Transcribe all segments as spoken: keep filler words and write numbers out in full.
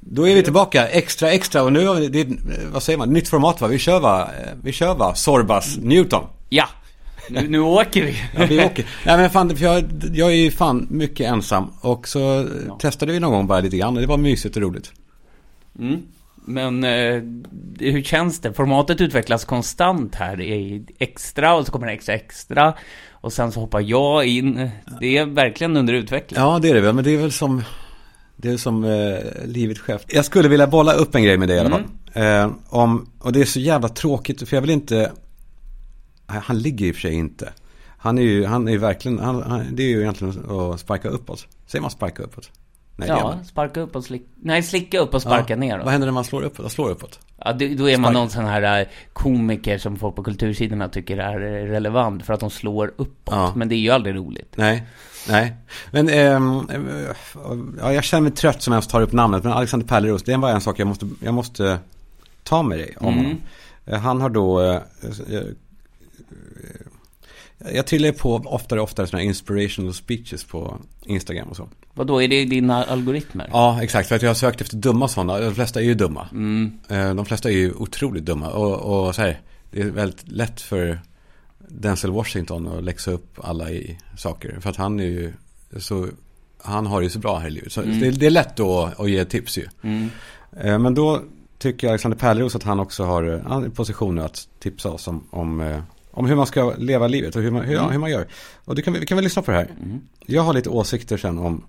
Då är vi tillbaka, extra extra. Och nu har vi, det, vad säger man, nytt format va? Vi kör va, vi kör va, Sorbas Newton. Ja, nu, nu åker vi. Ja, vi åker. Nej men fan, för jag, jag är ju fan mycket ensam. Och så ja. testade vi någon gång bara lite grann. Och det var mysigt och roligt. Mm. Men eh, hur känns det? Formatet utvecklas konstant här i extra och så kommer det extra extra. Och sen så hoppar jag in. Det är verkligen under utveckling. Ja, det är det väl. Men det är väl som... Det är som eh, livet själv. Jag skulle vilja bolla upp en grej med dig i alla fall. Mm. Eh, om, och det är så jävla tråkigt. För jag vill inte... Han ligger i och för sig inte. Han är ju, han är ju verkligen... Han, han, det är ju egentligen att sparka uppåt. Säger man sparka uppåt? Nej, ja, sparka upp och slicka... Nej, slicka upp och sparka ja. ner. Då. Vad händer när man slår uppåt? Slår uppåt? Ja, då, då är man Spark. någon sån här komiker som folk på kultursidorna tycker är relevant för att de slår uppåt. Ja. Men det är ju aldrig roligt. Nej, nej. Men ähm, ja, jag känner mig trött som jag tar upp namnet. Men Alexander Pärleros, det är bara en sak jag måste, jag måste ta med dig om mm. honom. Han har då... Äh, äh, jag trillar på oftare och oftare såna inspirational speeches på Instagram och så. Vad då är det dina algoritmer? Ja, exakt. För att jag har sökt efter dumma sådana. De flesta är ju dumma. Mm. De flesta är ju otroligt dumma. Och, och så här, det är väldigt lätt för Denzel Washington att läxa upp alla i saker. För att han är ju så... Han har ju så bra här i livet. Så mm. det, det är lätt då att ge tips ju. Mm. Men då tycker Alexander Pärleros att han också har han är positioner att tipsa oss om... om om hur man ska leva livet och hur man, hur, mm. hur man gör. Och du kan, vi kan väl lyssna på det här. Mm. Jag har lite åsikter sen om,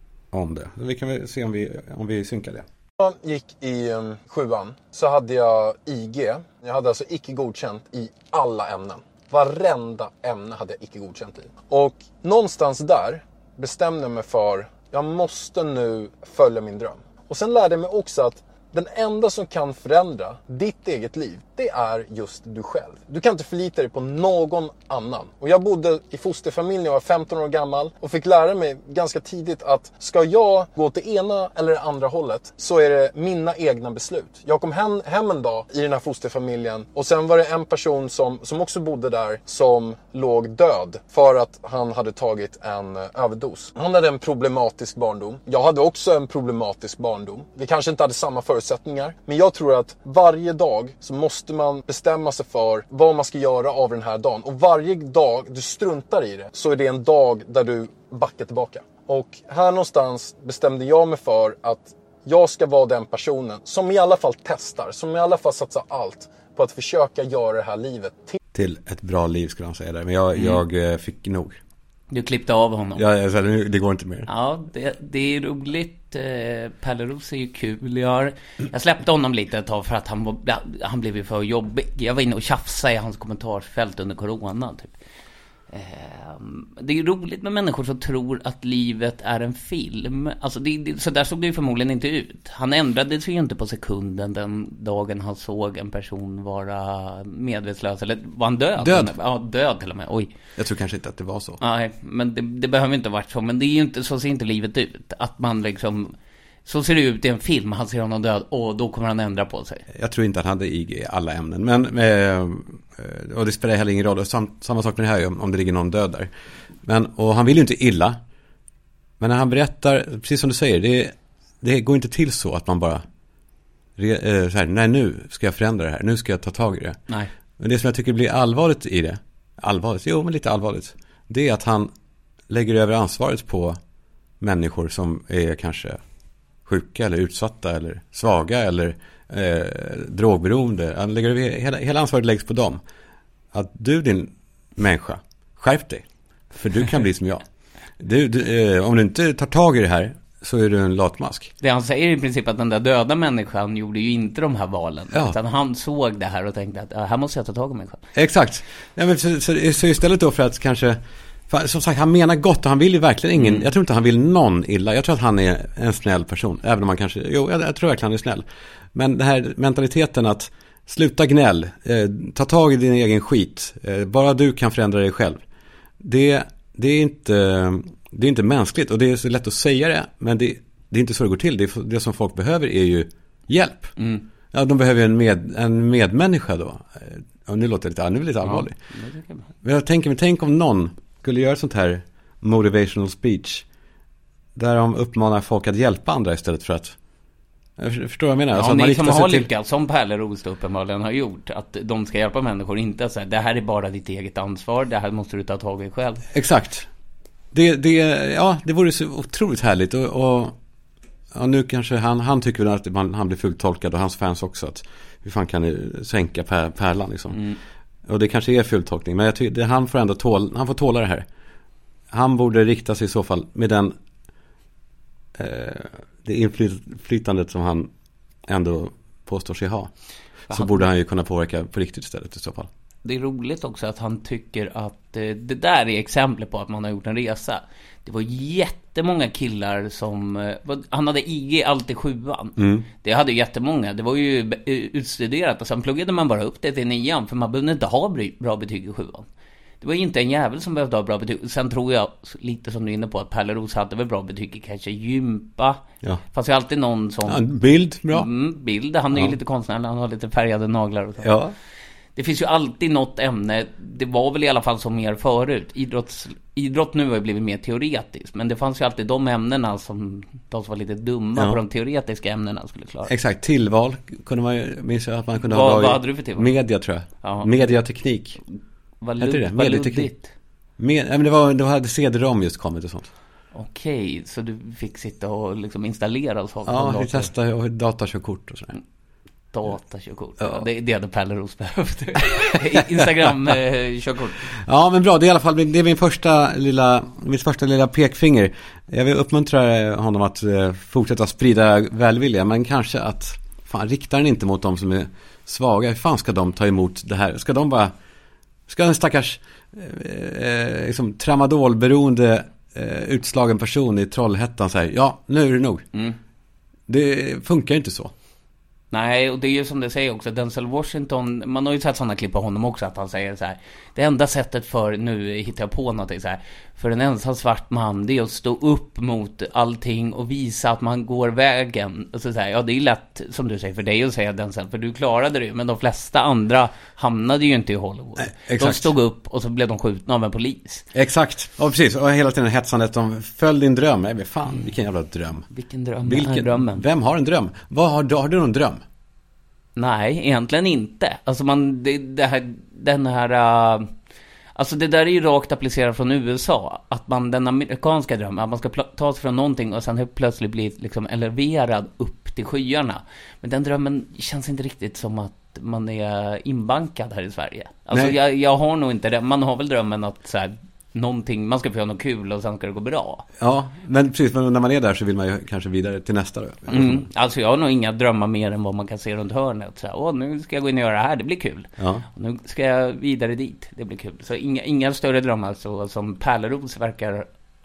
om det. Vi kan väl se om vi, om vi synkar det. Jag gick i um, sjuan så hade jag I G. Jag hade alltså icke godkänt i alla ämnen. Varenda ämne hade jag icke godkänt i. Och någonstans där bestämde jag mig för jag måste nu följa min dröm. Och sen lärde jag mig också att den enda som kan förändra ditt eget liv, det är just du själv. Du kan inte förlita dig på någon annan. Och jag bodde i fosterfamilj när jag var femton år gammal och fick lära mig ganska tidigt att ska jag gå till ena eller andra hållet så är det mina egna beslut. Jag kom hem, hem en dag i den här fosterfamiljen och sen var det en person som, som också bodde där som låg död för att han hade tagit en överdos. Han hade en problematisk barndom. Jag hade också en problematisk barndom. Vi kanske inte hade samma förutsättningar. Men jag tror att varje dag så måste man bestämma sig för vad man ska göra av den här dagen. Och varje dag du struntar i det så är det en dag där du backar tillbaka. Och här någonstans bestämde jag mig för att jag ska vara den personen som i alla fall testar. Som i alla fall satsar allt på att försöka göra det här livet till, till ett bra liv skulle han säga där. Men jag, mm. jag fick nog. Du klippte av honom. Ja, alltså, det går inte mer. Ja, det, det är roligt. Eh, Pärleros är ju kul. Jag, har, jag släppte honom lite ett tag för att han, var, han blev ju för jobbig. Jag var inne och tjafsade i hans kommentarsfält under corona typ. Eh, det är ju roligt med människor som tror att livet är en film. Alltså det, det, så där såg det ju förmodligen inte ut. Han ändrade sig ju inte på sekunden den dagen han såg en person vara medvetslös. Eller var han död? Död? Ja, död till och med. Oj. Jag tror kanske inte att det var så. Nej, men det, det behöver inte varit så. Men det är ju inte, så ser inte livet ut. Att man liksom... Så ser det ut i en film. Han ser honom död och då kommer han ändra på sig. Jag tror inte att han hade I G i alla ämnen. Men, eh, och det spelar heller ingen roll. Sam, samma sak med det här om, om det ligger någon död där. Men, och han vill ju inte illa. Men när han berättar, precis som du säger, det, det går inte till så att man bara eh, så här, nej nu ska jag förändra det här. Nu ska jag ta tag i det. Nej. Men det som jag tycker blir allvarligt i det, allvarligt, jo men lite allvarligt, det är att han lägger över ansvaret på människor som är kanske sjuka eller utsatta eller svaga eller eh, drogberoende. Han lägger över, hela, hela ansvaret läggs på dem. Att du din människa, skärp dig. För du kan bli som jag. Du, du, eh, om du inte tar tag i det här så är du en latmask. Det han säger i princip att den där döda människan gjorde ju inte de här valen. Ja. Utan han såg det här och tänkte att här måste jag ta tag i mig själv. Exakt. Ja, men så, så, så istället då för att kanske... För, som sagt, han menar gott och han vill ju verkligen ingen... Mm. Jag tror inte han vill någon illa. Jag tror att han är en snäll person. Även om han kanske... Jo, jag, jag tror verkligen han är snäll. Men den här mentaliteten att sluta gnäll. Eh, ta tag i din egen skit. Eh, bara du kan förändra dig själv. Det, det, är inte, det är inte mänskligt. Och det är så lätt att säga det. Men det, det är inte så det går till. Det, det som folk behöver är ju hjälp. Mm. Ja, de behöver en, med, en medmänniska då. Och nu låter det lite, ja, nu är det lite allvarligt. Ja, men jag tänker, men tänk om någon skulle göra sånt här motivational speech där de uppmanar folk att hjälpa andra istället för att Jag förstår vad jag menar. Ja, alltså, ni som har till... lyckats, som Pärleros uppenbarligen har gjort, att de ska hjälpa människor, inte att säga det här är bara ditt eget ansvar, det här måste du ta tag i själv. Exakt. Det, det, ja, det vore så otroligt härligt. Och, och ja, nu kanske han, han tycker väl att man, han blir fulltolkad, och hans fans också, att hur fan kan ni sänka per, Pärlan liksom. Mm. Och det kanske är fulltolkning, men jag tycker det, han får ändå tål, han får tåla det här. Han borde rikta sig i så fall med den eh, det inflytandet som han ändå påstår sig ha. Så han, borde han ju kunna påverka på riktigt istället i så fall. Det är roligt också att han tycker att eh, det där är exempel på att man har gjort en resa. Det var jättemånga killar som eh, han hade I G alltid sjuan. Mm. Det hade ju jättemånga. Det var ju utstuderat, och sen pluggade man bara upp det till nian, för man behövde inte ha bra betyg i sjuan. Det var ju inte en jävel som behövde ha bra betyg. Sen tror jag, lite som du är inne på, att Pärleros hade väl bra betyg i kanske gympa. Ja. Fast det är alltid någon som... Ja, bild, bra. Mm, bild, han är ja. ju lite konstnärlig. Han har lite färgade naglar och så. Ja. Det finns ju alltid något ämne. Det var väl i alla fall så mer förut. Idrotts, idrott nu har ju blivit mer teoretiskt. Men det fanns ju alltid de ämnena som de som var lite dumma ja. på de teoretiska ämnena skulle klara. Exakt, tillval kunde man ju minns att man kunde vad, ha. Vad hade du för tillval? Media tror jag. Ja. Mediateknik. Vad lud- luddigt. Med, men det var, det hade C D-rom just kommit och sånt. Okej, så du fick sitta och liksom installera och så. Ja, vi testade och datakörkort och sådär. Datakörkort, ja. Ja, det, det hade Pärleros behövt. Instagram-körkort. Ja, men bra, det är i alla fall det är min första lilla, mitt första lilla pekfinger. Jag vill uppmuntra honom att uh, fortsätta sprida välvilja, men kanske att fan, riktar den inte mot dem som är svaga. Hur fan ska de ta emot det här? Ska de bara Ska en stackars eh, liksom, tramadolberoende eh, utslagen person i Trollhättan säga, ja, nu är det nog. Mm. Det funkar inte så. Nej, och det är ju som det säger också, Denzel Washington, man har ju sett sådana klipp på honom också, att han säger så här: det enda sättet för, nu hittar jag på någonting så här, för en ensam svart man, det är att stå upp mot allting och visa att man går vägen. Och så säger ja, det är lätt, som du säger, för dig att säga Denzel, för du klarade det ju, men de flesta andra hamnade ju inte i Hollywood. Nej, de stod upp och så blev de skjutna av en polis. Exakt, och precis, och hela tiden hetsandet om följ din dröm. Nej, fan, vilken jävla dröm. Vilken dröm vilken, är drömmen? Vem har en dröm? Vad har, har du någon dröm? Nej, egentligen inte. Alltså man, det, det här, den här, uh, alltså det där är ju rakt applicerat från U S A. Att man, den amerikanska drömmen, att man ska pl- ta sig från någonting och sen plötsligt bli liksom eleverad upp till skyarna. Men den drömmen känns inte riktigt som att man är inbankad här i Sverige. Alltså jag, jag har nog inte det. Man har väl drömmen att så här, någonting, man ska få göra något kul och sen ska det gå bra. Ja, men precis, men när man är där så vill man ju kanske vidare till nästa då. Mm. Alltså jag har nog inga drömmar mer än vad man kan se runt hörnet. Så här, åh, nu ska jag gå in och göra det här, det blir kul. Ja. Nu ska jag vidare dit, det blir kul. Så inga, inga större drömmar så, som Pärleros verkar,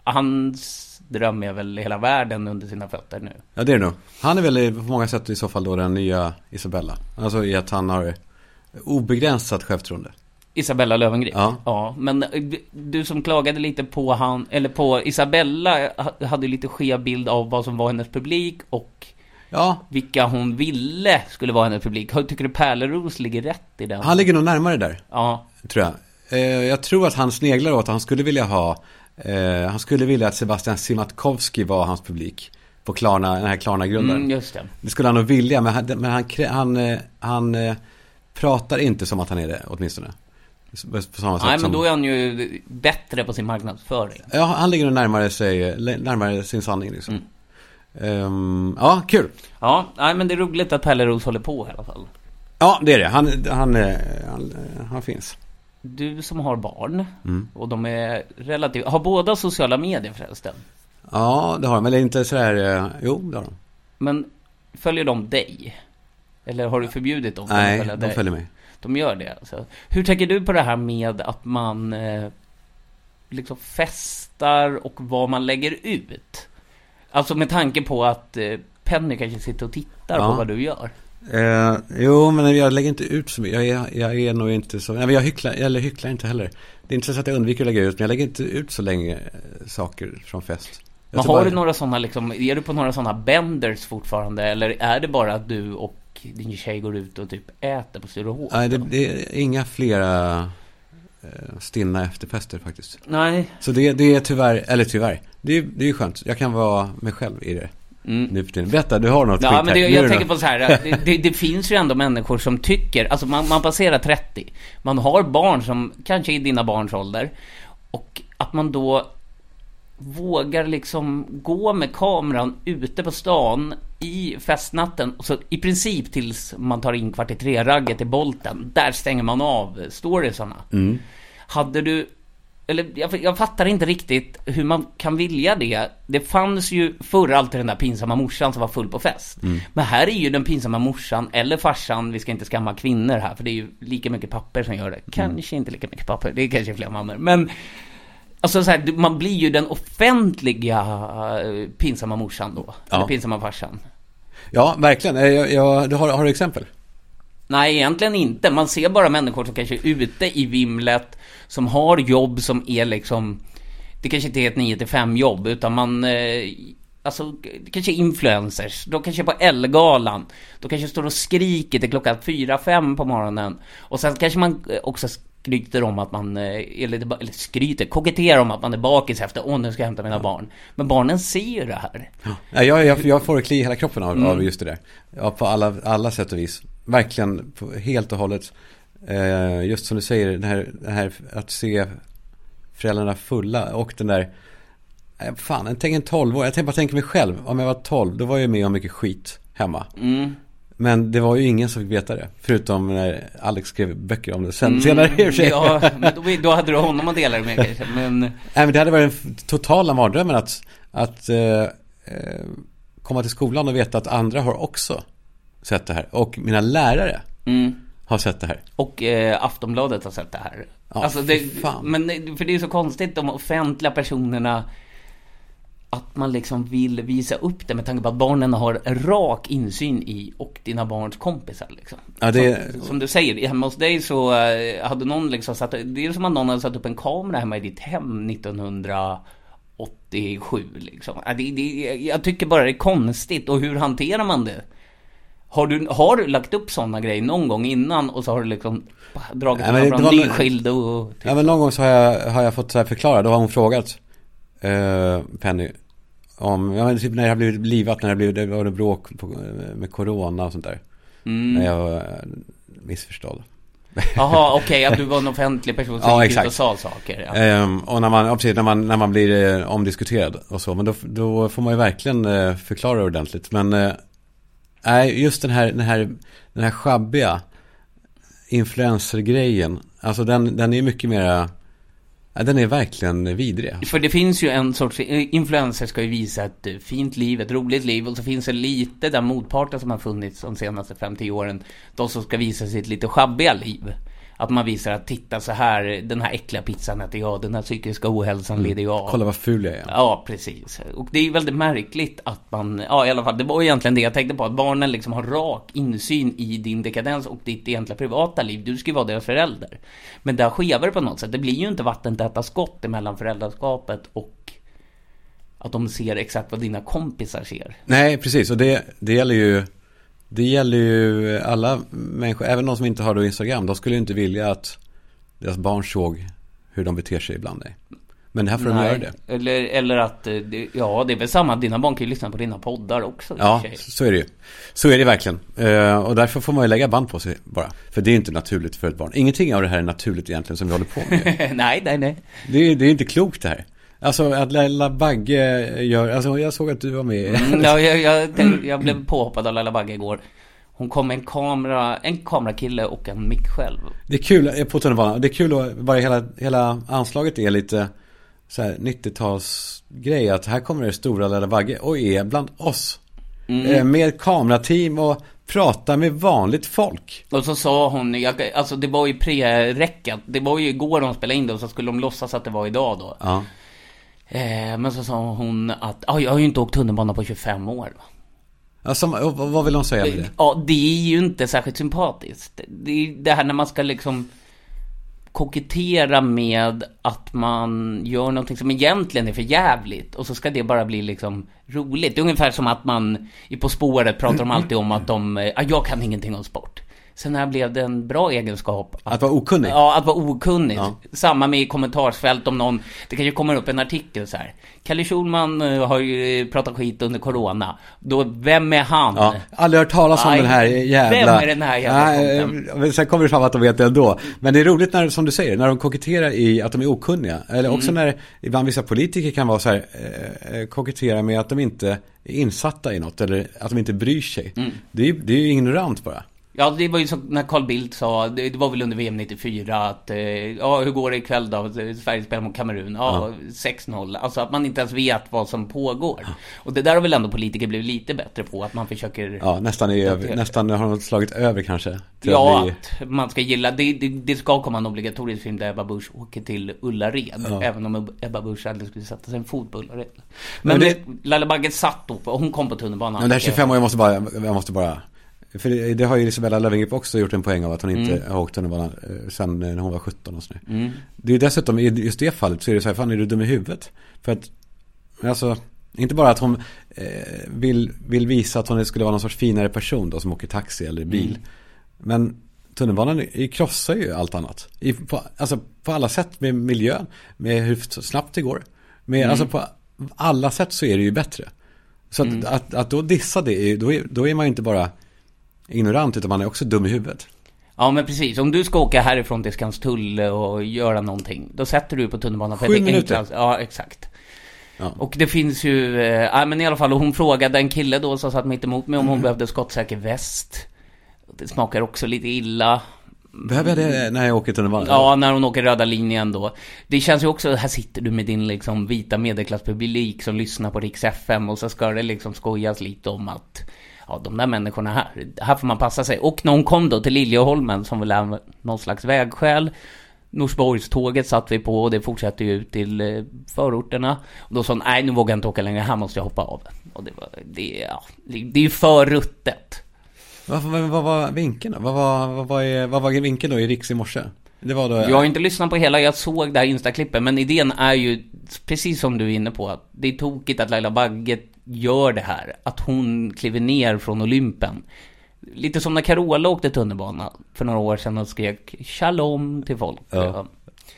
hans dröm är väl hela världen under sina fötter nu. Ja, det är det nog. Han är väl på många sätt i så fall då den nya Isabella. Alltså i att han har obegränsat självförtroende. Isabella Löwengrip. Ja. Ja, men du som klagade lite på han, eller på Isabella, hade lite skev bild av vad som var hennes publik och ja, vilka hon ville skulle vara hennes publik. Tycker du Pärleros ligger rätt i den? Han ligger nog närmare där. Ja. Tror jag. Eh, jag tror att han sneglar åt att han skulle vilja ha eh, han skulle vilja att Sebastian Siemiatkowski var hans publik på Klarna, den här Klarna-grundaren. Mm, just det. Det skulle han nog vilja, men han, men han, han, han, han eh, pratar inte som att han är det, åtminstone. På samma sätt. Nej, men som... då är han ju bättre på sin marknadsföring. Ja, han ligger nog närmare sig, närmare sin sanning liksom. Mm. Um, ja, kul. Ja, nej, men det är roligt att Pärleros håller på i alla fall. Ja, det är det. Han, han, han, han finns. Du som har barn, mm. och de är relativt... Har båda sociala medier förresten? Ja, det har de. Men det är inte så här... Jo, det har de. Men följer de dig? Eller har du förbjudit dem? Nej, att de följer mig. De gör det alltså. Hur tänker du på det här med att man eh, liksom festar och vad man lägger ut? Alltså med tanke på att eh, Penny kanske sitter och tittar ja. på vad du gör. Eh, jo, men jag lägger inte ut så mycket. Jag är, jag är nog inte så... Nej, jag hycklar, eller hycklar inte heller. Det är inte så att jag undviker att lägga ut, men jag lägger inte ut så länge saker från fest. Jag men har bara... du några sådana liksom... Är du på några sådana benders fortfarande? Eller är det bara att du och din tjej går ut och typ äter på Sturehof? Nej, det, det är inga flera eh, stinna efterfester faktiskt. Nej. Så det, det är tyvärr, eller tyvärr, det är, det är ju skönt. Jag kan vara mig själv i det. mm. nu för tiden. Berätta, du har något ja, skit men det, här. jag tänker på så här, det, det, det finns ju ändå människor som tycker, alltså man, man passerar trettio, man har barn som kanske är dina barns ålder, och att man då vågar liksom gå med kameran ute på stan i festnatten, och så i princip tills man tar in kvart i tre ragget i Bolten, där stänger man av storiesarna. Mm. Hade du, eller jag, jag fattar inte riktigt hur man kan vilja det. Det fanns ju förr alltid den där pinsamma morsan som var full på fest. Mm. Men här är ju den pinsamma morsan eller farsan, vi ska inte skamma kvinnor här, för det är ju lika mycket papper som gör det. Kanske mm. inte lika mycket papper, det är kanske fler mammor. Men alltså så här, man blir ju den offentliga uh, pinsamma morsan då. Ja. Eller pinsamma farsan. Ja, verkligen. Jag, jag, du har, har du exempel? Nej, egentligen inte. Man ser bara människor som kanske är ute i vimlet, som har jobb som är liksom, det kanske inte är ett nio till fem jobb, utan man eh, alltså, det kanske är influencers. De kanske är på Ellegalan. De kanske står och skriker till klockan fyra, fem på morgonen. Och sen kanske man också skryter om att man eller, eller skryter, koketterar om att man är bakis efter, åh nu ska jag hämta mina barn. Men barnen ser ju det här. Ja, jag, jag, jag får kli hela kroppen av, mm. av just det där. Ja, på alla, alla sätt och vis. Verkligen, helt och hållet. Eh, just som du säger, det här, det här att se föräldrarna fulla och den där, eh, fan, jag tänker en tolv år. Jag tänker bara tänka mig själv, om jag var tolv, då var jag med om mycket skit hemma. Mm. Men det var ju ingen som fick veta det, förutom när Alex skrev böcker om det sen, mm, senare i och för sig. Ja, men då, då hade du honom att dela det med kanske. Men... Nej, men det hade varit en totala mardrömmen att, att eh, komma till skolan och veta att andra har också sett det här. Och mina lärare mm. har sett det här. Och eh, Aftonbladet har sett det här. Ja, alltså det, men, för det är så konstigt, de offentliga personerna, att man liksom vill visa upp det med tanke på att barnen har rak insyn i, och dina barns kompisar liksom. Ja, det... som, som du säger, hemma hos dig så uh, hade någon liksom satt, det är som att någon hade satt upp en kamera hemma i ditt hem nittonhundraåttiosju liksom. Ja, det, det, jag tycker bara det är konstigt, och hur hanterar man det? Har du, har du lagt upp sådana grejer någon gång innan, och så har du liksom dragit ja, fram en nyskild och... Typ. Ja, men någon gång så har jag, har jag fått så här förklara, då har hon frågat uh, Penny om, ja, men typ när det har blivit livat, när det, blivit, det var det bråk på, med corona och sånt där. Mm. När jag var missförstådd. Jaha, okej, okay, att du var en offentlig person som ja, gick ut och sa saker. Ja. Ehm, och när man, precis, när man, när man blir eh, omdiskuterad och så, men då, då får man ju verkligen eh, förklara ordentligt. Men eh, just den här, den här, den här schabbiga influencer-grejen, alltså den, den är mycket mera... Ja, den är verkligen vidrig. För det finns ju en sorts, influencer ska ju visa ett fint liv, ett roligt liv, och så finns det lite där motparten som har funnits de senaste fem till tio åren, de som ska visa sitt lite schabbiga liv. Att man visar att titta så här, den här äckliga pizzan äter jag, den här psykiska ohälsan mm. leder jag av. Kolla vad ful jag är. Ja, precis. Och det är ju väldigt märkligt att man, ja i alla fall, det var egentligen det jag tänkte på, att barnen liksom har rak insyn i din dekadens och ditt egentliga privata liv. Du ska ju vara deras förälder. Men där skevar det på något sätt. Det blir ju inte vattentäta skott mellan föräldraskapet och att de ser exakt vad dina kompisar ser. Nej, precis. Och det, det gäller ju Det gäller ju alla människor, även de som inte har då Instagram. De skulle ju inte vilja att deras barn såg hur de beter sig ibland. Men här får de göra det. Eller, eller att, ja, det är väl samma. Dina barn kan ju lyssna på dina poddar också. Ja, så är det ju. Så är det verkligen. Och därför får man ju lägga band på sig bara. För det är inte naturligt för ett barn. Ingenting av det här är naturligt egentligen som vi håller på med. nej, nej, nej. Det är, det är inte klokt det här. Alltså att Laila Bagge gör, alltså jag såg att du var med. Mm, ja, jag, jag, jag, jag blev påhoppad av Laila Bagge igår. Hon kom med en kamera, en kamerakille och en mick själv. Det är kul på tunnelbanan. Det är kul att bara hela, hela anslaget är lite så här nittio-talsgrej, att här kommer det stora Laila Bagge och är bland oss. Mm. Eh, med kamerateam och prata med vanligt folk. Och så sa hon, jag, alltså det var ju pre-räckat. Det var ju igår de spelade in det, och så skulle de låtsas att det var idag då. Ja. Eh, men så sa hon att ah, jag har ju inte åkt tunnelbana på tjugofem år. Alltså, vad vill hon säga med det? Ja, det är ju inte särskilt sympatiskt. Det är det här när man ska liksom kokettera med att man gör någonting som egentligen är för jävligt, och så ska det bara bli liksom roligt. Det är ungefär som att man i På spåret pratar de alltid om att de, ah, jag kan ingenting om sport. Sen när blev det en bra egenskap att, att vara okunnig? Ja, att vara okunnig. Ja. Samma med i kommentarsfält om någon, det kan ju komma upp en artikel så här. Kalle Schulman uh, har ju pratat skit under corona. Då, vem är han? Ja, aldrig hört talas om Aj, den här jävla... Vem är den här jävla Nej, sen kommer det fram att de vet det ändå. Men det är roligt när, som du säger, när de koketterar i att de är okunniga. Eller också mm. när ibland vissa politiker kan vara så här, eh, kokettera med att de inte är insatta i något. Eller att de inte bryr sig. Mm. Det, är, det är ju ignorant bara. Ja, det var ju så när Carl Bildt sa, det, det var väl under V M nittiofyra att, eh, ja, hur går det ikväll då? Sverige spelar mot Kamerun, ja, ja. sex noll. Alltså att man inte ens vet vad som pågår. Ja. Och det där har väl ändå politiker blivit lite bättre på, att man försöker... Ja, nästan, är över, nästan har de slagit över kanske. Ja, att, bli... att man ska gilla, det, det, det ska komma en obligatorisk film där Ebba Busch åker till Ullared. Ja. Även om Ebba Busch aldrig skulle sätta sig en fot på Ullared. Men, Men det... Laila Bagge satt då, och hon kom på tunnelbanan. Men det här tjugofem år, jag måste bara... Jag måste bara... För det, det har ju Isabella Löwengrip också gjort en poäng av att hon inte mm. har åkt tunnelbanan sen när hon var sjutton och sådär. Mm. Det är ju dessutom, i just det fallet så är det så här, fan är du dum i huvudet? För att, alltså, inte bara att hon eh, vill, vill visa att hon skulle vara någon sorts finare person då som åker taxi eller bil. Mm. Men tunnelbanan i krossar ju allt annat. I, på, alltså på alla sätt med miljön, med hur snabbt det går. Med, mm. Alltså på alla sätt så är det ju bättre. Så att, mm. att, att då dissa det, då är, då är man ju inte bara ignorant, utan man är också dum i huvudet. Ja, men precis. Om du ska åka härifrån till Skanstull och göra någonting, då sätter du på tunnelbanan för Sju minuter. Enklast. Ja, exakt. Ja. Och det finns ju, äh, men i alla fall, hon frågade en kille då som satt mitt emot mig om hon mm. behövde skottsäker väst. Det smakar också lite illa. Behöver jag det när jag åker tunnelbanan? Ja, när hon åker röda linjen då. Det känns ju också, här sitter du med din liksom vita medelklasspublik som lyssnar på Riks F M, och så ska det liksom skojas lite om att ja, de där människorna här, här får man passa sig. Och när hon kom då till Liljeholmen, som väl är någon slags vägskäl, Norsborgståget satt vi på, och det fortsatte ju ut till förorterna. Och då sa hon, nej, nu vågar jag inte åka längre, här måste jag hoppa av. Och det var, det, ja, det är ju för ruttet. Vad, vad, vad var vinkeln då? Vad var, vad, var, är, vad var vinkeln då i Riks i morse? Det var då jag... jag har inte lyssnat på hela, jag såg det här Insta-klippet, men idén är ju, precis som du är inne på, att det är tokigt att Laila Bagge gör det här. Att hon kliver ner från Olympen. Lite som när Carola åkte tunnelbana för några år sedan och skrek shalom till folk. Ja.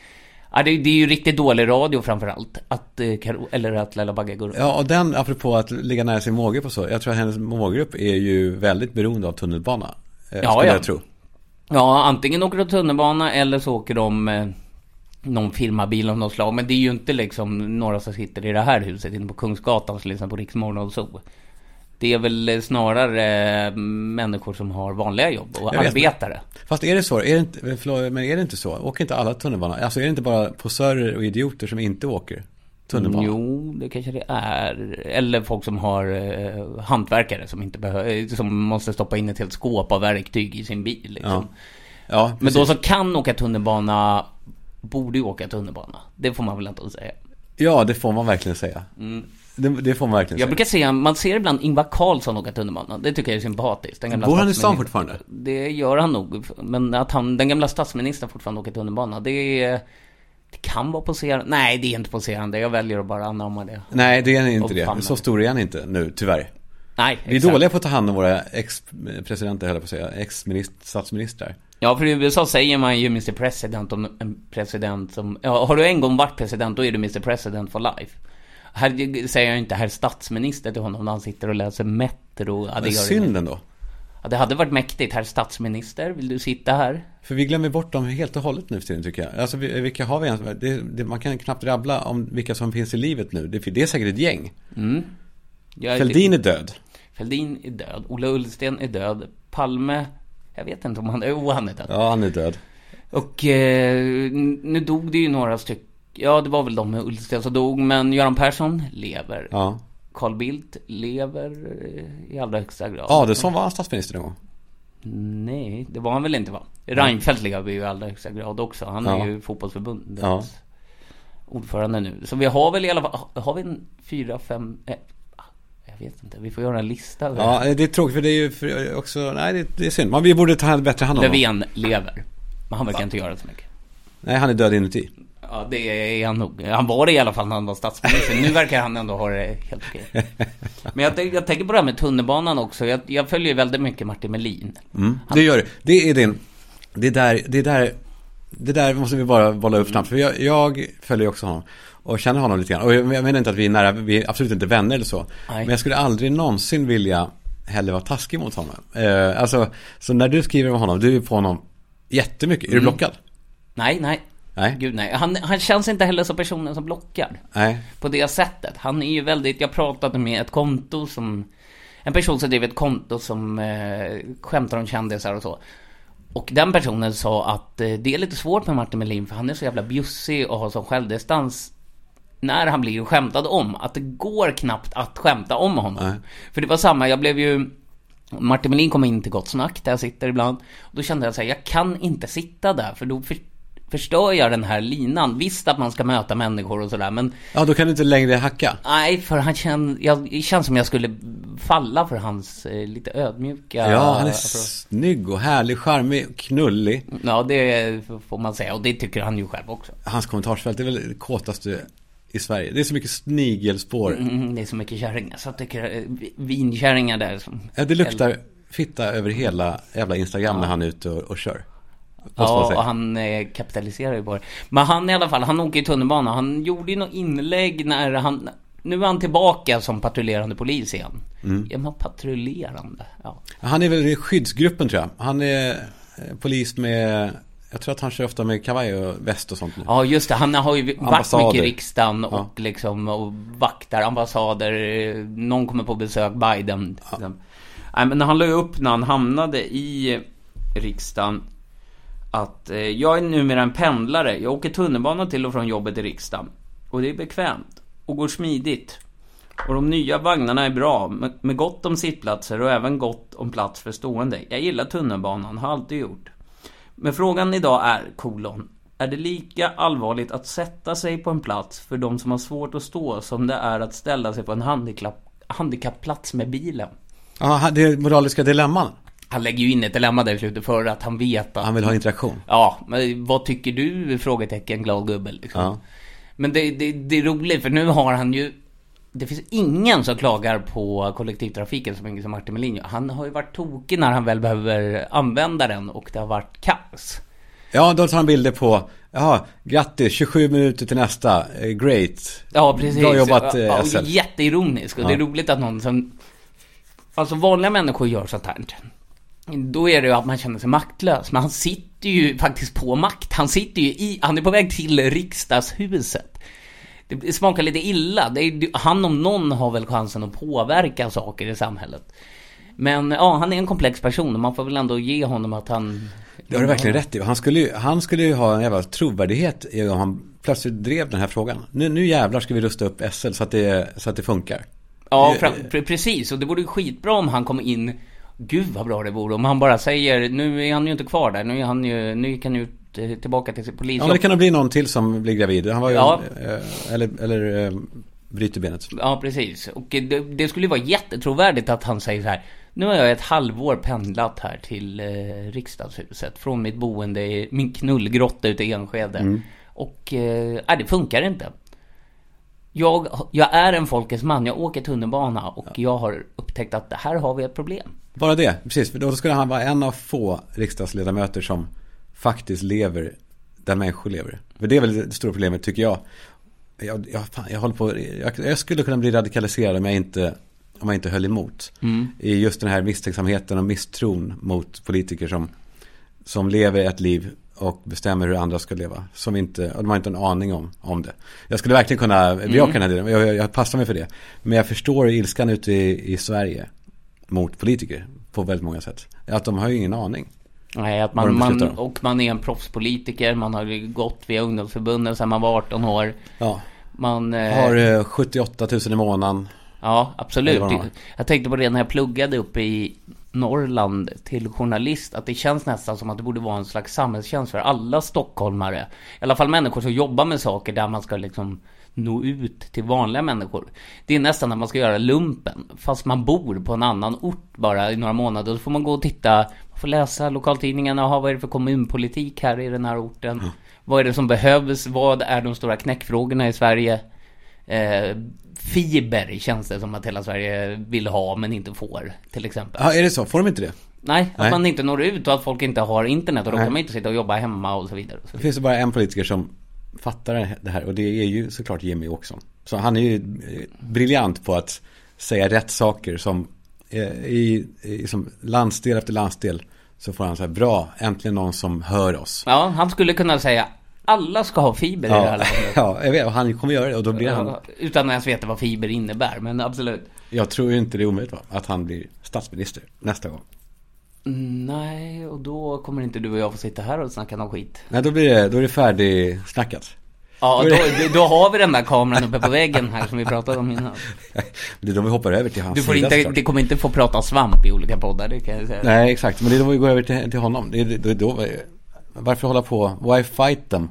Ja, det, det är ju riktigt dålig radio framförallt. Att, eller att Laila Bagge går upp. Ja, och den, apropå att ligga nära sin målgrupp och så. Jag tror att hennes målgrupp är ju väldigt beroende av tunnelbana. Ja, skulle ja. jag tro. Ja, antingen åker de tunnelbana eller så åker de eh, någon firmabil av något slag. Men det är ju inte liksom några som sitter i det här huset inne på Kungsgatan som lyssnar på Riksmorgon och så. Det är väl snarare eh, människor som har vanliga jobb och arbetare. Fast är det så? Är det inte, förlåt, men är det inte så? Åker inte alla tunnelbana? Alltså är det inte bara posörer och idioter som inte åker tunnelbana? Jo, det kanske det är. Eller folk som har eh, hantverkare som inte behöver, som måste stoppa in ett helt skåp av verktyg i sin bil liksom. Ja. Ja, men då så kan åka tunnelbana, borde ju åka tunnelbana. Det får man väl inte säga. Ja, det får man verkligen säga. Mm. Det, det får man verkligen jag säga. brukar säga, man ser ibland Ingvar Carlsson åka tunnelbana. Det tycker jag är sympatiskt. Bor han i stan fortfarande? Det gör han nog. Men att han, den gamla statsministern fortfarande åker tunnelbana, det är... Det kan vara poserande. Nej, det är inte poserande. Jag väljer att bara anamma det. Nej, det är inte det. Så stor är han inte nu, tyvärr. Nej, vi är exakt. Dåliga på att ta hand om våra ex-presidenter, höll på att säga. Ex-statsministrar. Ja, för i U S A säger man ju mister President om en president som... Ja, har du en gång varit president, då är du mister President for life. Här säger jag inte herr statsminister till honom när han sitter och läser Metro. Ja, det är synden då. Ja, det hade varit mäktigt. Herr statsminister, vill du sitta här? För vi glömmer bort dem helt och hållet nu för tiden, tycker jag. Alltså, vilka har vi ens? Det, det, man kan knappt rabbla om vilka som finns i livet nu. Det, det är säkert ett gäng. Mm. Jag, Fälldin är död. Fälldin är död. Ola Ullsten är död. Palme, jag vet inte om han är... Oh, han är död. Ja, han är död. Och eh, nu dog det ju några stycken. Ja, det var väl de med Ullsten som dog. Men Göran Persson lever. Ja. Carl Bildt lever i allra högsta grad. Ja, det som var han statsminister en gång. Nej, det var han väl inte, va? Reinfeldt lever ju i allra högsta grad också. Han ja. är ju fotbollsförbundet ja. ordförande nu. Så vi har väl i alla fall... Har vi en fyra, fem... Eh, jag vet inte, vi får göra en lista. Ja, det är tråkigt för det är ju för också... Nej, det, det är synd. Men vi borde ta bättre hand om Löfven lever. Men han verkar ja. inte göra så mycket. Nej, han är död inuti. Ja, det är han nog. Han var det i alla fall när han var statsminister. Nu verkar han ändå ha det helt okej. Men jag, jag tänker på det här med tunnelbanan också. Jag, jag följer väldigt mycket Martin Melin. Mm, det gör det. Det är din... Det där... Det där... Det där måste vi bara bolla upp snabbt. För jag, jag följer också honom. Och känner honom lite grann. Och jag, jag menar inte att vi är nära... Vi är absolut inte vänner eller så. Nej. Men jag skulle aldrig någonsin vilja... heller vara taskig mot honom. Eh, alltså, så när du skriver med honom, du är på honom jättemycket. Är mm. du blockad? Nej, nej. Nej. Gud, nej. Han, han känns inte heller som personen som blockar. Nej. På det sättet. Han är ju väldigt... Jag pratade med ett konto som... En person som driver ett konto som eh, skämtar om kändisar och så. Och den personen sa att eh, det är lite svårt med Martin Melin för han är så jävla bjussig och har sån självdistans när han blir skämtad om. Att det går knappt att skämta om honom. Nej. För det var samma, jag blev ju... Martin Melin kom in till Gott Snack där jag sitter ibland. Och då kände jag så här, jag kan inte sitta där för då... För, förstör jag den här linan. Visst att man ska möta människor och sådär, men... Ja, då kan du inte längre hacka. Nej, för han känns... Jag, det känns som jag skulle falla för hans eh, lite ödmjuka... Ja, han är snygg och härlig, charmig och knullig. Ja, det får man säga. Och det tycker han ju själv också. Hans kommentarsfält är väl det kåtaste i Sverige. Det är så mycket snigelspår. Mm, det är så mycket kärringar. Så jag tycker vinkärringar där som... Ja, det luktar fitta över hela jävla Instagram ja. När han är ute och, och kör. Ja, och han eh, kapitaliserar ju på det. Men han i alla fall, han åker i tunnelbana. Han gjorde ju något inlägg när han... Nu är han tillbaka som patrullerande polis igen. Mm. Är man patrullerande? Ja. Han är väl i skyddsgruppen tror jag. Han är polis med... Jag tror att han kör ofta med kavaj och väst och sånt nu. Ja, just det. Han har ju varit mycket i riksdagen och, ja. liksom, och vaktar ambassader. Någon kommer på besök, Biden. Ja. Liksom. Nej, men han la ju upp när han hamnade i riksdagen att eh, jag är numera en pendlare. Jag åker tunnelbana till och från jobbet i riksdagen. Och det är bekvämt och går smidigt. Och de nya vagnarna är bra med, med gott om sittplatser och även gott om plats för stående. Jag gillar tunnelbanan, har alltid gjort. Men frågan idag är, kolon, är det lika allvarligt att sätta sig på en plats för de som har svårt att stå som det är att ställa sig på en handikapp, handikappplats med bilen? Ja, det är moraliska dilemman. Han lägger ju in ett dilemma där i slutet för att han vet att... Han vill ha interaktion. Ja, men vad tycker du? Frågetecken, glad gubbe liksom. Ja. Men det, det, det är roligt för nu har han ju... Det finns ingen som klagar på kollektivtrafiken så mycket som Martin Melin. Han har ju varit tokig när han väl behöver använda den och det har varit kaos. Ja, då tar han bilder på... Jaha, grattis, tjugosju minuter till nästa. Great. Ja, precis. Bra jobbat, ja, ja, S L. Jätteironisk. Och ja. Det är roligt att någon som... Alltså vanliga människor gör sånt här. Då är det ju att man känner sig maktlös. Men han sitter ju faktiskt på makt. Han sitter ju i... Han är på väg till riksdagshuset. Det smakar lite illa. Det är, han om någon har väl chansen att påverka saker i samhället. Men ja, han är en komplex person. Och man får väl ändå ge honom att han... Det har du verkligen rätt i. Han skulle ju, han skulle ju ha en jävla trovärdighet om han plötsligt drev den här frågan. Nu, nu jävlar ska vi rusta upp S L så att det, så att det funkar. Ja, fram, precis. Och det vore ju skitbra om han kom in... Gud vad bra det vore om han bara säger, nu är han ju inte kvar där, nu är han ju, nu gick han ju tillbaka till sin polis. Ja, men det kan nog bli någon till som blir gravid. Han var ju, ja. eh, eller, eller eh, bryter benet. Ja, precis. Och det, det skulle ju vara jättetrovärdigt att han säger så här, nu har jag ett halvår pendlat här till eh, riksdagshuset från mitt boende i min knullgrotta ute i Enskede. Mm. Och eh, det funkar inte. Jag, jag är en folkets man, jag åker tunnelbana och ja. Jag har upptäckt att här har vi ett problem. Bara det, precis. För då skulle han vara en av få riksdagsledamöter som faktiskt lever där människor lever. För det är väl det stora problemet tycker jag. Jag, jag, fan, jag håller på, jag, jag skulle kunna bli radikaliserad om jag inte, om jag inte höll emot. Mm. I just den här misstänksamheten och misstron mot politiker som, som lever ett liv och bestämmer hur andra ska leva. Som inte, och de har inte en aning om, om det. Jag skulle verkligen kunna bejaka mm. den här jag, jag passar mig för det. Men jag förstår ilskan ute i, i Sverige mot politiker på väldigt många sätt. Att de har ju ingen aning. Nej, att man, man, och man är en proffspolitiker. Man har gått via ungdomsförbunden sedan man var arton år. Ja. Man har eh, sjuttioåtta tusen i månaden. Ja, absolut. Jag tänkte på det när jag pluggade upp i Norrland till journalist, att det känns nästan som att det borde vara en slags samhällstjänst för alla stockholmare. I alla fall människor som jobbar med saker där man ska liksom nå ut till vanliga människor. Det är nästan när man ska göra lumpen fast man bor på en annan ort bara i några månader. Då får man gå och titta, man får läsa lokaltidningarna och ha vad är det för kommunpolitik här i den här orten. Mm. Vad är det som behövs? Vad är de stora knäckfrågorna i Sverige? Eh, fiber känns det som att hela Sverige vill ha men inte får, till exempel. Ja, är det så? Får de inte det? Nej, att Nej. man inte når ut och att folk inte har internet och då Nej. kan man inte sitta och jobba hemma och så vidare. Och så Det vidare. finns det bara en politiker som fattar det här och det är ju såklart Jimmy Åkesson. Så han är ju briljant på att säga rätt saker som i, i som landsdel efter landsdel så får han säga bra, äntligen någon som hör oss. Ja, han skulle kunna säga alla ska ha fiber i det här Ja, landet. ja, jag vet, och han kommer göra det och då blir han... Utan att ens veta vad fiber innebär, men absolut. Jag tror ju inte det är omöjligt va? Att han blir statsminister nästa gång. Mm, nej, och då kommer inte du och jag få sitta här och snacka någon skit. Nej, då blir det, då är det färdigsnackat. Ja, då, då har vi den där kameran uppe på väggen här som vi pratade om innan. Det är då vi hoppar över till hans Du får sida, inte, såklart. det kommer inte få prata svamp i olika poddar, det kan jag säga. Nej, exakt, men det är då vi går över till, till honom. Det är då, då, varför hålla på? Why fight them?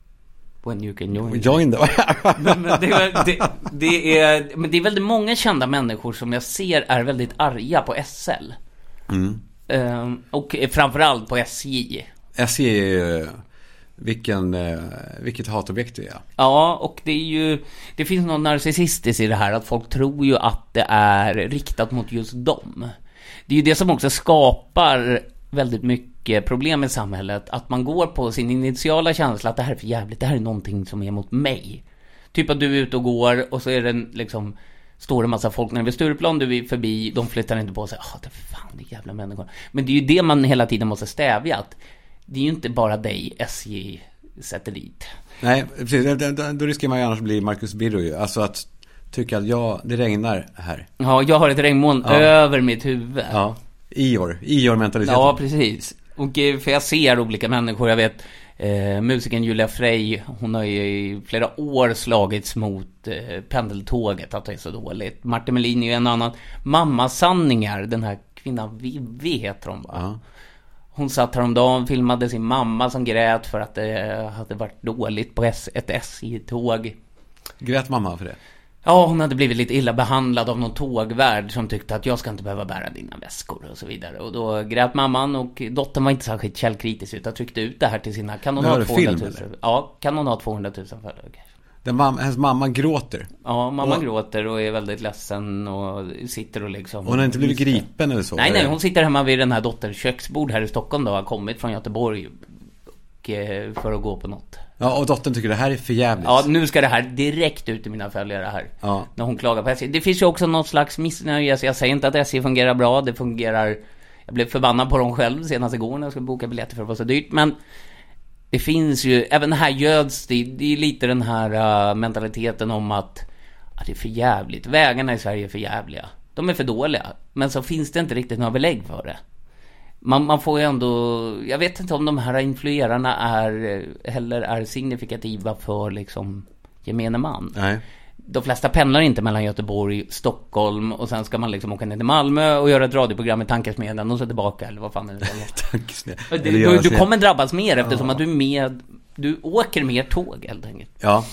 When you can join. Join them. men, men, det, är- det, det är, men det är väldigt många kända människor som jag ser är väldigt arga på S L. Mm. Ehm, och framförallt på S J. S J är ju vilken, eh, vilket hatobjekt det är. Ja, och det är ju, det finns något narcissistiskt i det här, att folk tror ju att det är riktat mot just dem. Det är ju det som också skapar väldigt mycket problem i samhället, att man går på sin initiala känsla att det här är för jävligt, det här är någonting som är mot mig. Typ att du är ute och går och så är det en, liksom, står en massa folk när det är Stureplan, du är förbi, de flyttar inte på sig. Ja, det är fan, det är jävla människor. Men det är ju det man hela tiden måste stävja, att det är ju inte bara dig S J sätter dit. Nej, precis. Då, då, då riskerar man ju annars bli Marcus Birro ju. Alltså att tycka att ja, det regnar här. Ja, jag har ett regnmoln Ja. över mitt huvud. Ja, Ior. Ior-mentaliteten. Ja, precis. Och eh, för jag ser olika människor, jag vet eh, musikern Julia Frey, hon har ju i flera år slagits mot eh, pendeltåget, att det är så dåligt. Martin Melin är ju en annan. Mamma Sanningar, den här kvinnan, Vivi heter hon va? Ja. Hon satt häromdagen, filmade sin mamma som grät för att det hade varit dåligt på S- ett S J-tåg. Grät mamma för det? Ja, hon hade blivit lite illa behandlad av någon tågvärd som tyckte att jag ska inte behöva bära dina väskor och så vidare. Och då grät mamman, och dottern var inte särskilt källkritisk utan tryckte ut det här till sina... Kan hon Men ha var det tvåhundratusen? film, eller? Ja, kan hon ha tvåhundratusen följare? Okay. Den mam- hennes mamma gråter. Ja, mamma Och- gråter och är väldigt ledsen och sitter och liksom... Hon har inte blivit gripen eller så? Nej, nej, eller? hon sitter hemma vid den här dotterns köksbord här i Stockholm då, har kommit från Göteborg och, eh, för att gå på något. Ja, och dottern tycker det här är för jävligt. Ja, nu ska det här direkt ut till mina följare här. Ja. När hon klagar på S J. Det finns ju också något slags missnöje. Jag säger inte att S J fungerar bra. Det fungerar... Jag blev förbannad på dem själv senast igår när jag skulle boka biljetter för att det var så dyrt. Men det finns ju... Även här göds det. Det är lite den här uh, mentaliteten om att, att det är för jävligt. Vägarna i Sverige är för jävliga. De är för dåliga. Men så finns det inte riktigt några belägg för det. Man, man får ju ändå... Jag vet inte om de här influerarna är heller är signifikativa för liksom gemene man. Nej. De flesta pendlar inte mellan Göteborg, Stockholm och sen ska man liksom åka ner till Malmö och göra ett radioprogram i Tankesmedjan och så tillbaka, eller vad fan är det? Tankesmedjan. Du, Eller du, göra du sig- kommer drabbas mer eftersom Ja. att du är med, du åker mer tåg helt enkelt. Ja.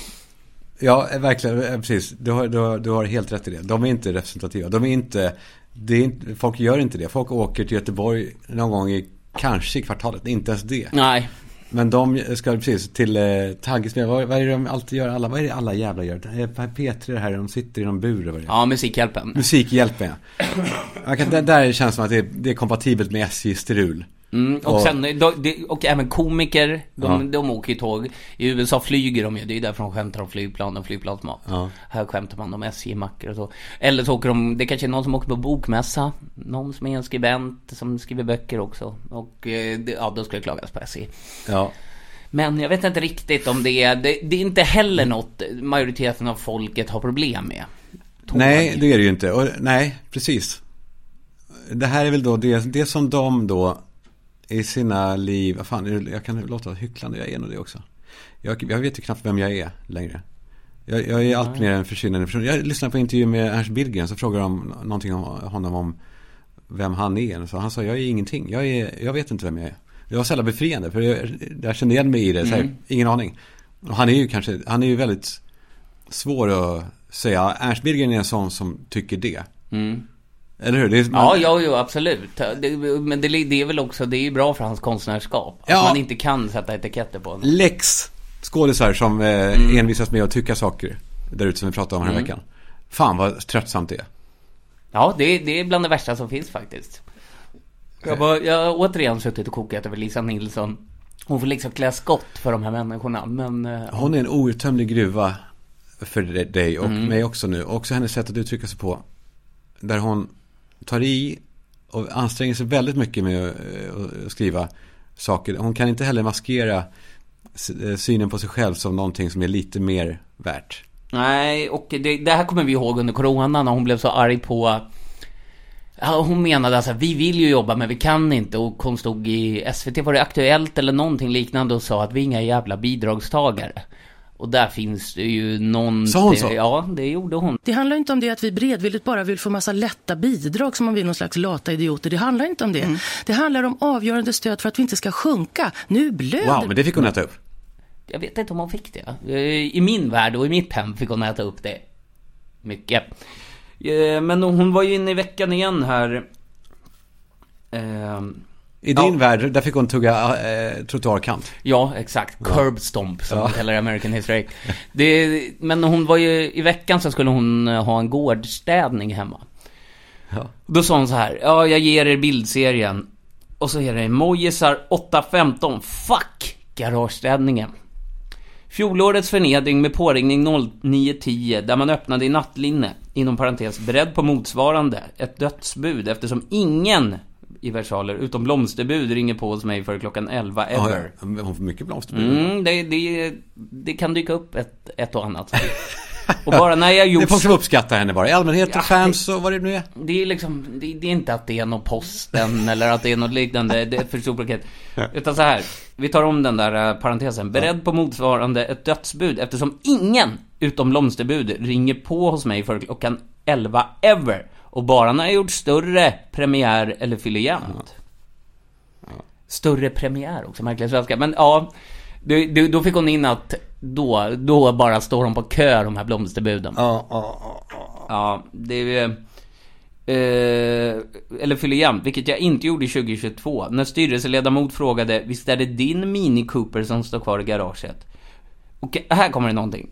Ja, verkligen, eh, precis. Du har, du, har, du har helt rätt i det. De är inte representativa. De är inte, det är inte, folk gör inte det. Folk åker till Göteborg någon gång i, kanske i kvartalet, inte ens det. Nej. Men de ska precis till eh, Tankesmedjan. Vad, vad är det de alltid gör? Alla, vad är det alla jävla gör? Eh, P tre här, de sitter i någon bur och vad är det? Ja, Musikhjälpen. Musikhjälpen, ja. Jag kan, där, där känns det som att det är, det är kompatibelt med S J-strul. Mm, och, Och- sen, de, de, och även komiker, de, Ja. de åker ju tåg. I U S A flyger de ju, det är därför de skämtar om flygplan och flygplansmat. Ja. Här skämtar man om S J-mackor och så. Eller så åker de, det kanske är någon som åker på bokmässa. Någon som är en skribent som skriver böcker också. Och eh, det, ja, då ska det klagas på S J. Ja. Men jag vet inte riktigt om det är, det, det är inte heller något majoriteten av folket har problem med. Tåg. Nej, det är det ju inte. Och, nej, precis. Det här är väl då det, det som de då i sina liv... Vad fan, jag kan låta hycklande, jag är nog det också. Jag, jag vet ju knappt vem jag är längre. Jag, jag är allt mer en försvinnande person. Jag lyssnade på en intervju med Ernst Billgren, så frågade de någonting om honom om vem han är. Så han sa, jag är ingenting. Jag, är, jag vet inte vem jag är. Det var sällan befriande, för jag, jag kände igen mig i det. Så här, Mm. ingen aning. Och han är ju kanske, han är ju väldigt svår att säga. Ernst Billgren är en sån som tycker det. Mm. Eller hur? Det är, Ja, ja, ja, absolut. Det, men det, det är väl också, det är ju bra för hans konstnärskap. Att Ja. man inte kan sätta etiketter på honom. Lex skådisar som eh, mm. envisas med att tycka saker där ute som vi pratade om här mm. veckan. Fan vad tröttsamt det är. Ja, det, det är bland det värsta som finns faktiskt. Jag, bara, jag har återigen suttit och kokat över Lisa Nilsson. Hon får liksom klä skott för de här människorna. Men, uh, hon är en outtömlig gruva för dig och mm. mig också nu. Och också hennes sätt att uttrycka sig på. Där hon tar i och anstränger sig väldigt mycket med att skriva saker. Hon kan inte heller maskera synen på sig själv som någonting som är lite mer värt. Nej, och det, det här kommer vi ihåg under corona när hon blev så arg på... Ja, hon menade alltså, vi vill ju jobba men vi kan inte. Och hon stod i S V T, var det Aktuellt eller någonting liknande, och sa att vi är inga jävla bidragstagare. Och där finns det ju någon... Sa hon så? Ja, det gjorde hon. Det handlar inte om det att vi beredvilligt bara vill få massa lätta bidrag som om vi är någon slags lata idioter. Det handlar inte om det. Mm. Det handlar om avgörande stöd för att vi inte ska sjunka. Nu blöder... Wow, men det fick hon äta upp. Jag vet inte om hon fick det. I min värld och i mitt hem fick hon äta upp det. Mycket. Men hon var ju inne i veckan igen här. Ehm, I din ja. värld, där fick hon tugga eh, trottoarkant. Ja, exakt. Ja. Curb stomp som ja. heller American History. Det, men hon var ju, i veckan så skulle hon ha en gårdstädning hemma. Ja. Då sa hon så här: ja, jag ger er bildserien. Och så är det emojisar åtta femton. Fuck garagestädningen. Fjolårets förnedring med påringning noll nio tio där man öppnade i nattlinne, inom parentes beredd på motsvarande, ett dödsbud eftersom ingen i versaler utom blomsterbud ringer på hos mig för klockan elva ever. Ja, hon får mycket blomsterbud. Mm, det, det, det kan dyka upp ett, ett och annat. Och bara när jag gjort... Det är folk som uppskattar henne bara. I allmänhet och ja, fans och vad det nu är. Det är liksom, det, det är inte att det är någon posten eller att det är något liknande. Det är ett för stort paket. Utan så här, vi tar om den där parentesen. Beredd ja. på motsvarande ett dödsbud eftersom ingen utom blomsterbud ringer på hos mig för klockan elva ever. Och bara när jag gjort större premiär eller fyller jämnt. Ja. Ja. Större premiär också, märkligt svenska. Men ja, då, då fick hon in att då, då bara står de på kö, de här blomsterbuden. Ja, ja, ja, ja. Ja, det är eh, eller fyller jämnt, vilket jag inte gjorde i tjugohundratjugotvå. När styrelseledamot frågade: visst är det din Mini Cooper som står kvar i garaget? Och här kommer det någonting.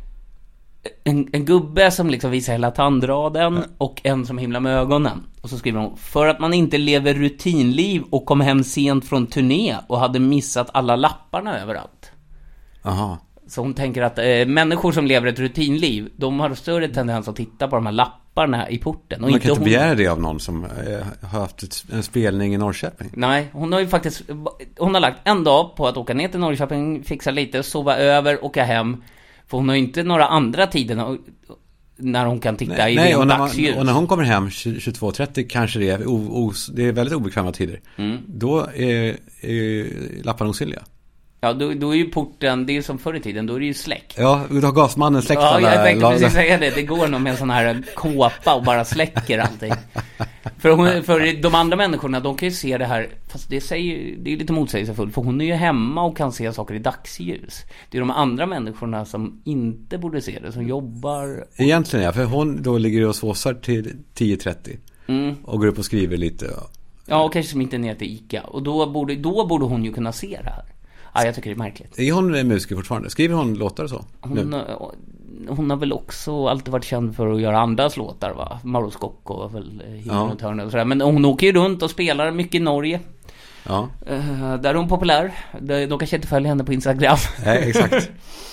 En, en gubbe som liksom visar hela tandraden och en som himlar med ögonen. Och så skriver hon: för att man inte lever rutinliv och kom hem sent från turné och hade missat alla lapparna överallt. Aha. Så hon tänker att eh, människor som lever ett rutinliv, de har större tendens att titta på de här lapparna i porten. Och man inte kan inte hon... begära det av någon som eh, har haft ett, en spelning i Norrköping. Nej, hon har ju faktiskt hon har lagt en dag på att åka ner till Norrköping, fixa lite, sova över, åka hem. För hon har ju inte några andra tider när hon kan titta nej, i nej, och när, dagsljus. Man, och när hon kommer hem tjugotvå trettio kanske det är, o, o, det är väldigt obekväma tider. Mm. Då är, är lapparna osynliga. Ja, då, då är ju porten, det är som förr i tiden, då är det ju släckt. Ja, då har gasmannen släckt ja, alla... Ja, jag tänkte la, precis säga det. Det går nog med en sån här kåpa och bara släcker allting. För, hon, för de andra människorna, de kan ju se det här, fast det, säger, det är lite motsägelsefullt. För hon är ju hemma och kan se saker i dagsljus. Det är de andra människorna som inte borde se det, som jobbar. Och... Egentligen ja, för hon då ligger och såsar till tio trettio mm. och går upp och skriver lite. Och... Ja, och kanske som inte ner till Ica. Och då borde, då borde hon ju kunna se det här. Ja, jag tycker det är märkligt. Är hon en musiker fortfarande? Skriver hon låtar och så? Hon, hon har väl också alltid varit känd för att göra andras låtar, va? Mauro Scocco och väl ja. och sådär. Men hon åker ju runt och spelar mycket i Norge. Ja. Uh, där är hon populär. De kanske inte följer henne på Instagram. Nej, exakt.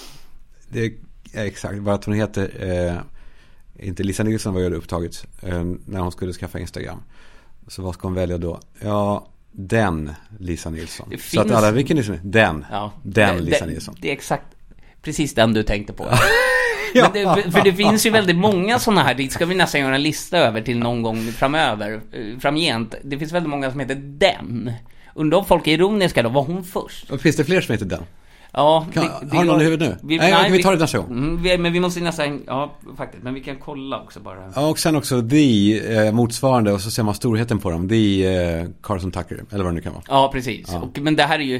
Det är exakt. Bara att hon heter eh, inte Lisa Nilsson var ju upptaget eh, när hon skulle skaffa Instagram. Så vad ska hon välja då? Ja... Den Lisa Nilsson. Finns... Så att alla, vilken Lisa Nilsson? Den. Ja. Den det, Lisa Nilsson. Det, det är exakt precis den du tänkte på. Ja. Men det, för det finns ju väldigt många sådana här. Det ska vi nästan göra en lista över till någon gång framöver. Framgent. Det finns väldigt många som heter Den. Undrar om folk är ironiska då. Var hon först? Och finns det fler som heter Den? Ja, kan, det, det har du någon i huvudet nu? Vi, nej, nej, vi, vi tar det nästa gång. Mm, vi, men vi måste nästan, ja faktiskt, men vi kan kolla också bara. Ja, och sen också The eh, motsvarande, och så ser man storheten på dem. The eh, Carson Tucker, eller vad det nu kan vara. Ja, precis. Ja. Och, men det här är ju,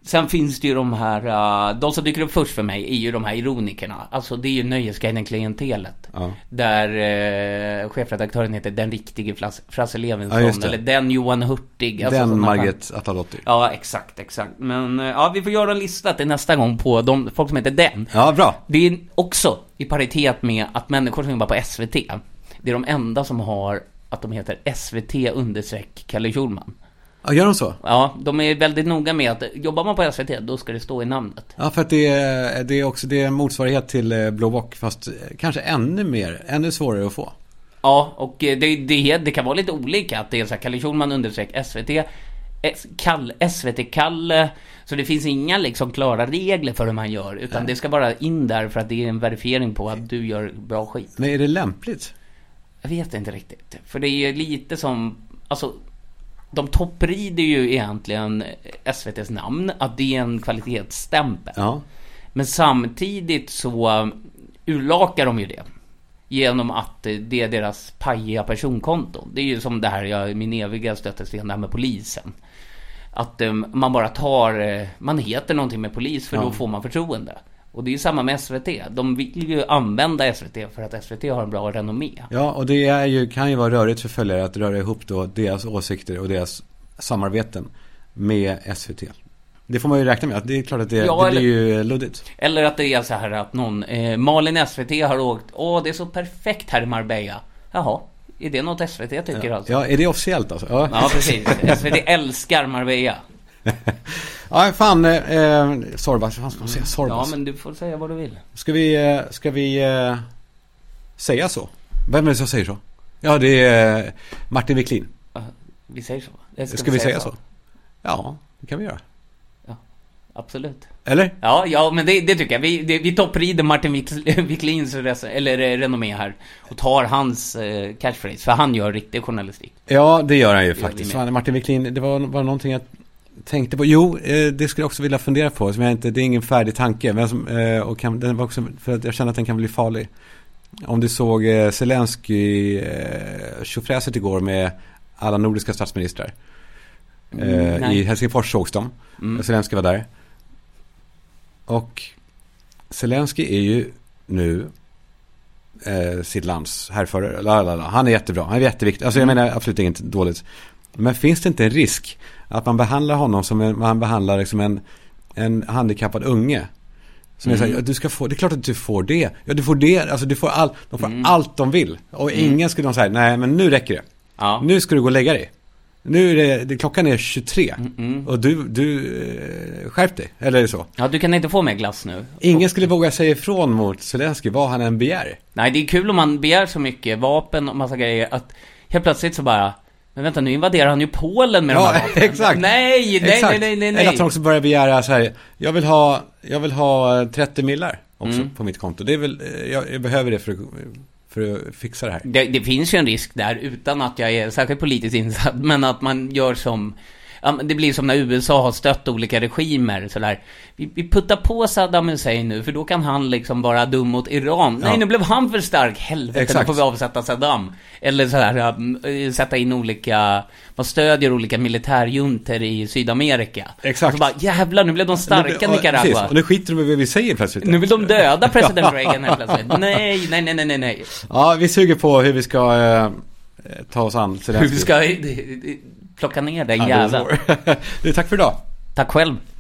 Sen finns det ju de här, uh, de som dyker upp först för mig är ju de här ironikerna. Alltså det är ju Nöjesguiden-klientelet. Ja. Där uh, chefredaktören heter den riktige Fras- Frasse Levinson, ja, eller den Johan Hurtig. Alltså den Margit Atalotti. Ja, exakt, exakt. Men uh, ja, vi får göra en lista till nästa gång på de folk som heter den. Ja, bra. Det är också i paritet med att människor som jobbar på S V T, det är de enda som har att de heter S V T understreck Kalle Schulman. Ja, gör de så? Ja, de är väldigt noga med att jobbar man på S V T, då ska det stå i namnet. Ja, för att det är, det är också det är en motsvarighet till Blå bock, fast kanske ännu mer, ännu svårare att få. Ja, och det, det, det kan vara lite olika, att det är så här Kalle Schulman understreck S V T, Kalle, S V T-Kalle, så det finns inga liksom klara regler för hur man gör, utan Nej. Det ska bara in där för att det är en verifiering på att du gör bra skit. Men är det lämpligt? Jag vet inte riktigt, för det är ju lite som, alltså de topprider ju egentligen S V T:s namn, att det är en kvalitetsstämpel. Ja. Men samtidigt så urlakar de ju det genom att det är deras pajiga personkonto. Det är ju som det här, jag, min eviga stötesten där med polisen. Att um, man bara tar, uh, man heter någonting med polis, för ja. Då får man förtroende. Och det är ju samma med S V T. De vill ju använda S V T för att S V T har en bra renommé. Ja, och det är ju, kan ju vara rörigt för följare att röra ihop då deras åsikter och deras samarbeten med S V T. Det får man ju räkna med. Att det är klart att det, ja, det blir eller, ju luddigt. Eller att det är så här att någon, eh, Malin S V T har åkt, åh det är så perfekt här i Marbella. Jaha, är det något S V T tycker ja. alltså? Ja, är det officiellt alltså? Ja, ja precis. S V T älskar Marbella. Ja, fan, eh, Sorbas, fan ska man säga Sorbas? Ja, men du får säga vad du vill. Ska vi, ska vi eh, säga så? Vem är det som säger så? Ja, det är Martin Wiklin. Uh, vi säger så. Ska, ska vi, vi säga så? så? Ja, det kan vi göra. Ja, absolut. Eller? Ja, ja men det, det tycker jag. Vi, det, vi topprider Martin Wiklins res, eller renommé här och tar hans eh, catchphrase, för han gör riktig journalistik. Ja, det gör han ju det faktiskt. Martin Wiklin, det var, var någonting jag tänkte på. Jo, eh, det skulle jag också vilja fundera på. Som jag inte, det är ingen färdig tanke. Men som, eh, och kan, den var också för att jag känner att den kan bli farlig. Om du såg eh, Zelensky eh, tjofräset igår med alla nordiska statsministrar. Eh, mm, I Helsingfors sågs de. Mm. Zelensky var där. Och Zelensky är ju nu eh, sitt lands härförare. Han är jättebra. Han är jätteviktig. Alltså jag menar absolut inget dåligt. Men finns det inte en risk att man behandlar honom som en, man behandlar liksom en, en handikappad unge? Som mm. är så här, ja, du ska få, det är klart att du får det. Ja, du får det. Alltså du får all, de får mm. allt de vill. Och mm. ingen skulle de säga, nej men nu räcker det. Ja. Nu ska du gå och lägga dig. Nu är det, det klockan är tjugotre. Mm-mm. Och du, du skärp dig. Eller är det så? Ja, du kan inte få mer glass nu. Ingen skulle våga säga ifrån mot Zelensky vad han än begär. Nej, det är kul om man begär så mycket vapen och massa grejer att helt plötsligt så bara, men vänta, nu invaderar han ju Polen med ja, de här vapnen. Exakt. Nej, nej, exakt. nej, nej, nej, nej. Eller att han också börjar begära så här, jag vill ha, jag vill ha trettio millar också mm. på mitt konto. Det är väl, jag, jag behöver det för att, för att fixa det här. Det, det finns ju en risk där, utan att jag är särskilt politiskt insatt, men att man gör som, det blir som när U S A har stött olika regimer sådär. Vi, vi puttar på Saddam Hussein nu, för då kan han liksom vara dum mot Iran. Ja. Nej, nu blev han för stark. Helvete, exakt. Då får vi avsätta Saddam. Eller sådär, sätta in olika, man stödjer olika militärjunter i Sydamerika. Exakt. Och så bara, jävlar, nu blev de starka, Nicaragua. Precis. Och nu skiter de med vad vi säger plötsligt. Nu vill de döda president Reagan här plötsligt. Nej, nej, nej, nej, nej. Ja, vi suger på hur vi ska eh, ta oss an. Hur vi ska plocka ner den jäveln. Tack för idag. Tack själv.